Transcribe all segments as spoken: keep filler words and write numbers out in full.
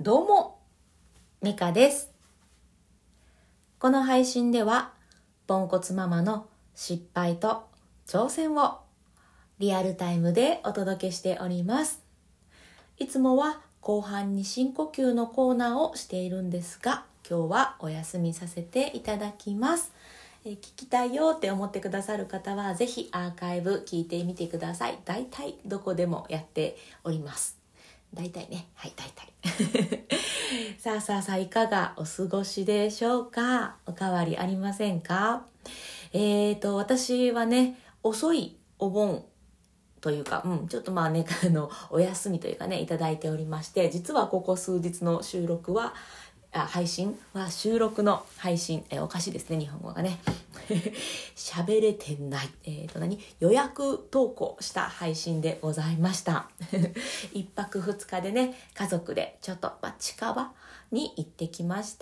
どうも、ミカです。この配信では、ポンコツママの失敗と挑戦をリアルタイムでお届けしております。いつもは後半に深呼吸のコーナーをしているんですが、今日はお休みさせていただきます。えー、聞きたいよって思ってくださる方は、ぜひアーカイブ聞いてみてください。大体どこでもやっております。大体ね、はい、大体。さあさあさあ、いかがお過ごしでしょうか？おかわりありませんか？えーと、私はね、遅いお盆というか、うん、ちょっとまあね、あの、お休みというかね、いただいておりまして、実はここ数日の収録は、あ配信は収録の配信、えおかしいですね、日本語がね。喋れてない。えーと何予約投稿した配信でございました。一泊二日でね、家族でちょっと、まあ、近場に行ってきました。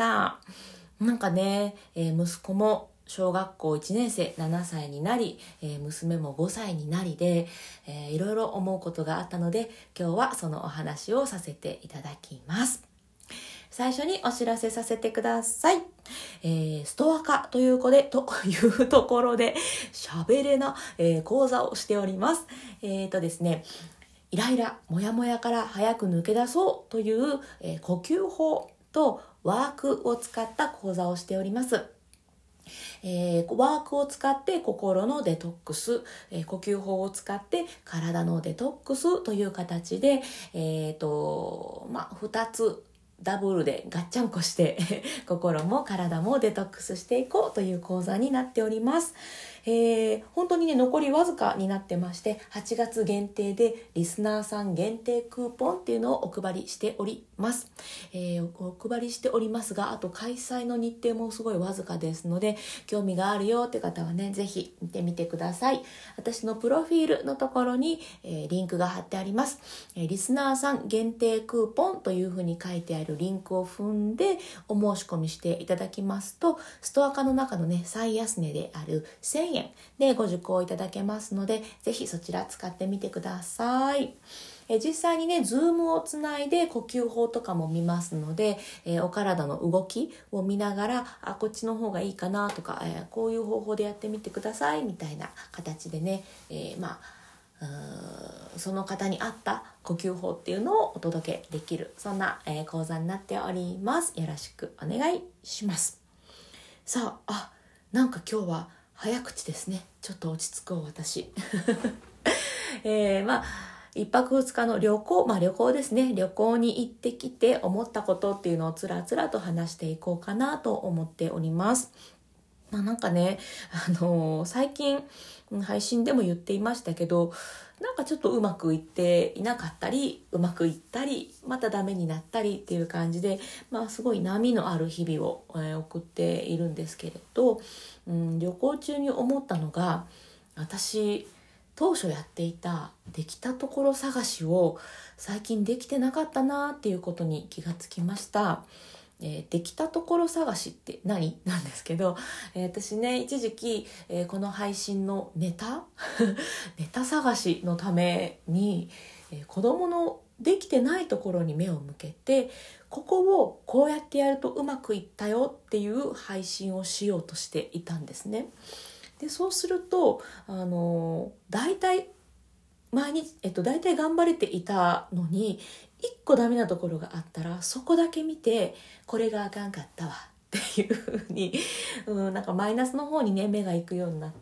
なんかね、えー、息子も小学校いちねん生ななさいになり、えー、娘もごさいになりで、えー、いろいろ思うことがあったので、今日はそのお話をさせていただきます。最初にお知らせさせてください。えー、ストア化という子で、というところで、喋れな、えー、講座をしております。えーとですね、イライラ、モヤモヤから早く抜け出そうという、えー、呼吸法とワークを使った講座をしております。えー、ワークを使って心のデトックス、えー、呼吸法を使って体のデトックスという形で、えーと、まあ、ふたつダブルでガッチャンコして心も体もデトックスしていこうという講座になっております。えー、本当にね残りわずかになってまして、はちがつ限定でリスナーさん限定クーポンっていうのをお配りしております。えー、お配りしておりますが、あと開催の日程もすごいわずかですので、興味があるよって方はね、ぜひ見てみてください。私のプロフィールのところに、えー、リンクが貼ってあります。えー、リスナーさん限定クーポンというふうに書いてあるリンクを踏んでお申し込みしていただきますと、ストア化の中のね最安値であるせんえんでご受講いただけますので、ぜひそちら使ってみてください。え実際にね、ズームをつないで呼吸法とかも見ますので、えー、お体の動きを見ながら、あ、こっちの方がいいかなとか、えー、こういう方法でやってみてくださいみたいな形でね、えー、まあうーその方に合った呼吸法っていうのをお届けできる、そんな、えー、講座になっております。よろしくお願いします。さあ、あ、なんか今日は早口ですね。ちょっと落ち着こう私。えー、まあ一泊二日の旅行、まあ旅行ですね。旅行に行ってきて思ったことっていうのをつらつらと話していこうかなと思っております。まあなんかね、あのー、最近配信でも言っていましたけど、なんかちょっとうまくいっていなかったり、うまくいったり、またダメになったりっていう感じで、まあすごい波のある日々を、えー、送っているんですけれど、うん、旅行中に思ったのが、私、当初やっていたできたところ探しを最近できてなかったなっていうことに気がつきました。えー、できたところ探しって何なんですけど、えー、私ね一時期、えー、この配信のネタネタ探しのために、えー、子供のできてないところに目を向けて、ここをこうやってやるとうまくいったよっていう配信をしようとしていたんですね。でそうするとあの大体毎日、えっと、大体頑張れていたのに、一個ダメなところがあったらそこだけ見て、これがあかんかったわっていう風に、うん、なんかマイナスの方にね目が行くようになって、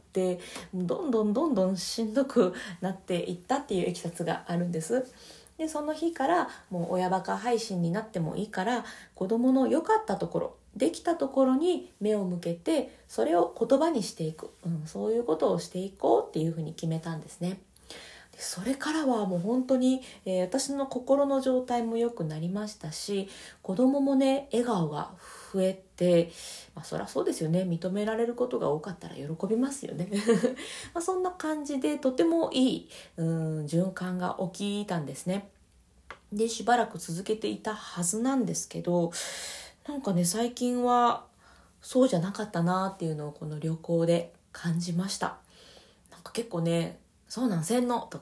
どんどんどんどんしんどくなっていったっていういきさつがあるんです。でその日からもう親バカ配信になってもいいから、子供の良かったところ、できたところに目を向けて、それを言葉にしていく、うん、そういうことをしていこうっていうふうに決めたんですね。でそれからはもう本当に、えー、私の心の状態も良くなりましたし、子供もね笑顔が増えて、まあ、そりゃそうですよね、認められることが多かったら喜びますよねまあそんな感じでとてもいい、うん、循環が起きたんですね。でしばらく続けていたはずなんですけど、なんかね最近はそうじゃなかったなっていうのをこの旅行で感じました。なんか結構ね、そうなんせんのとか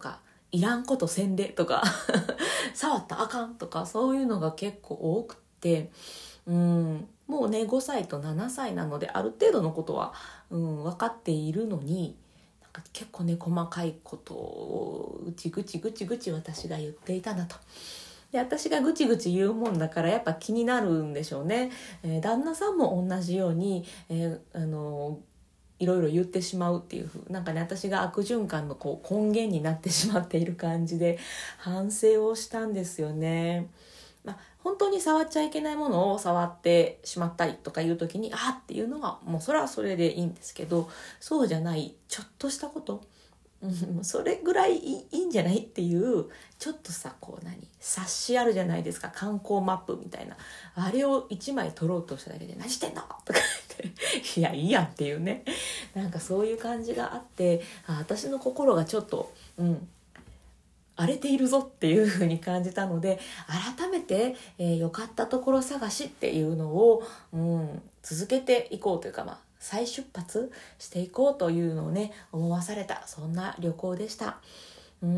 いらんことせんでとか触ったらあかんとか、そういうのが結構多くて、うん、もうねごさいとななさいなのである程度のことは、うん、分かっているのに、なんか結構ね細かいことをうちぐちぐちぐち私が言っていたなと。で私がぐちぐち言うもんだからやっぱ気になるんでしょうね。えー、旦那さんも同じように、えー、あのいろいろ言ってしまうっていう風なんかね、私が悪循環のこう根源になってしまっている感じで反省をしたんですよね。まあ、本当に触っちゃいけないものを触ってしまったりとかいう時にあっていうのはもうそれはそれでいいんですけど、そうじゃないちょっとしたこと、うん、それぐらいいいんじゃないっていうちょっとさこう何冊子あるじゃないですか、観光マップみたいな、あれをいちまい取ろうとしただけで何してんのとか言っていやいいやんっていうね、なんかそういう感じがあって、あ私の心がちょっとうん荒れているぞっていう風に感じたので、改めて良、えー、かったところ探しっていうのを、うん、続けていこうというか、まあ、再出発していこうというのをね思わされた、そんな旅行でした。うん、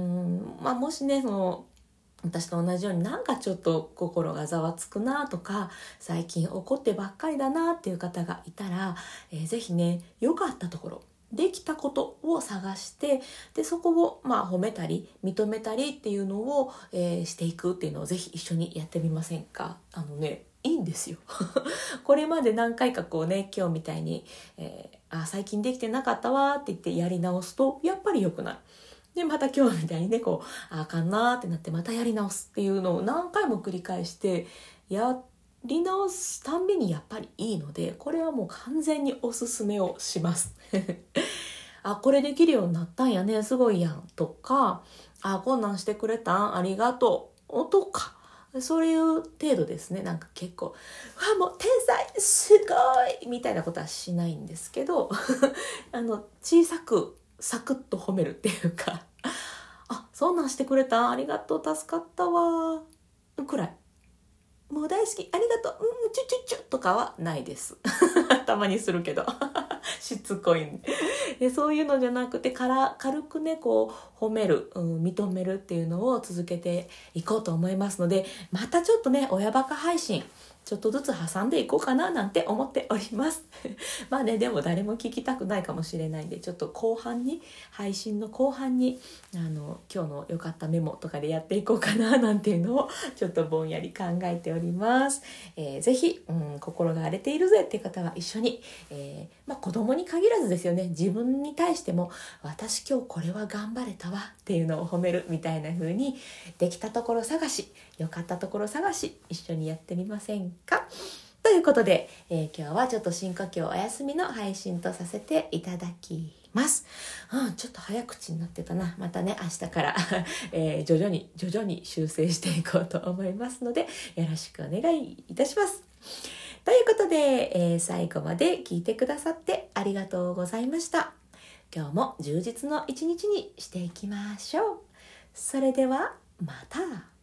まあ、もしねその私と同じようになんかちょっと心がざわつくなとか最近怒ってばっかりだなっていう方がいたら、えー、ぜひね良かったところできたことを探して、でそこをまあ褒めたり認めたりっていうのを、えー、していくっていうのをぜひ一緒にやってみませんか。あのねいいんですよこれまで何回かこうね今日みたいに、えー、あ最近できてなかったわって言ってやり直すとやっぱり良くなる。でまた今日みたいにねこう あ, あかんなってなってまたやり直すっていうのを何回も繰り返してやり直すたんびにやっぱりいいので、これはもう完全におすすめをしますあこれできるようになったんやねすごいやんとか、あこんなんしてくれたんありがとうとか、そういう程度ですね。なんか結構わもう天才すごいみたいなことはしないんですけどあの小さくサクッと褒めるっていうかあそんなんしてくれたんありがとう助かったわくらい、もう大好きありがとううんチュチュチュとかはないですたまにするけどしつこいんででそういうのじゃなくてから軽くねこう褒める、うん、認めるっていうのを続けていこうと思いますので、またちょっとね親バカ配信ちょっとずつ挟んでいこうかななんて思っておりますまあねでも誰も聞きたくないかもしれないんで、ちょっと後半に配信の後半にあの今日の良かったメモとかでやっていこうかななんていうのをちょっとぼんやり考えております、えー、ぜひ、うん、心が荒れているぜっていう方は一緒に、えーまあ、子供に限らずですよね、自分に対しても私今日これは頑張れたわっていうのを褒めるみたいな風にできたところ探し良かったところ探し一緒にやってみませんかということで、えー、今日はちょっと深呼吸お休みの配信とさせていただきます、うん、ちょっと早口になってたな。またね明日から、えー、徐々に徐々に修正していこうと思いますのでよろしくお願いいたしますということで、えー、最後まで聞いてくださってありがとうございました。今日も充実の一日にしていきましょう。それではまた。